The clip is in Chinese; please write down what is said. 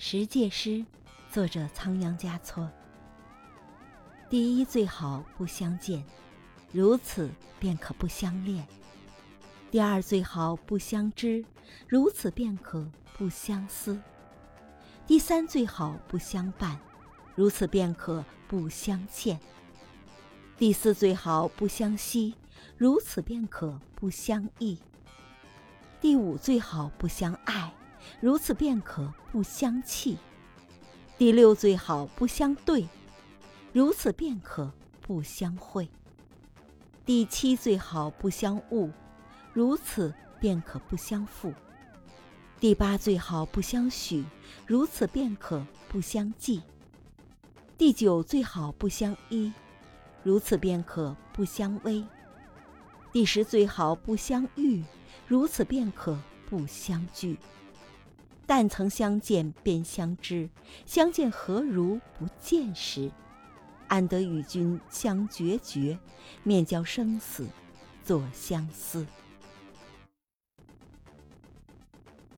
十戒诗，作者仓央嘉措。第一最好不相见，如此便可不相恋。第二最好不相知，如此便可不相思。第三最好不相伴，如此便可不相欠。第四最好不相惜，如此便可不相忆。第五最好不相爱，如此便可不相弃。第六最好不相对，如此便可不相会。第七最好不相恶，如此便可不相负。第八最好不相许，如此便可不相忌。第九最好不相依，如此便可不相偎。第十最好不相遇，如此便可不相聚。但曾相见便相知，相见何如不见时？安得与君相决绝，面交生死作相思。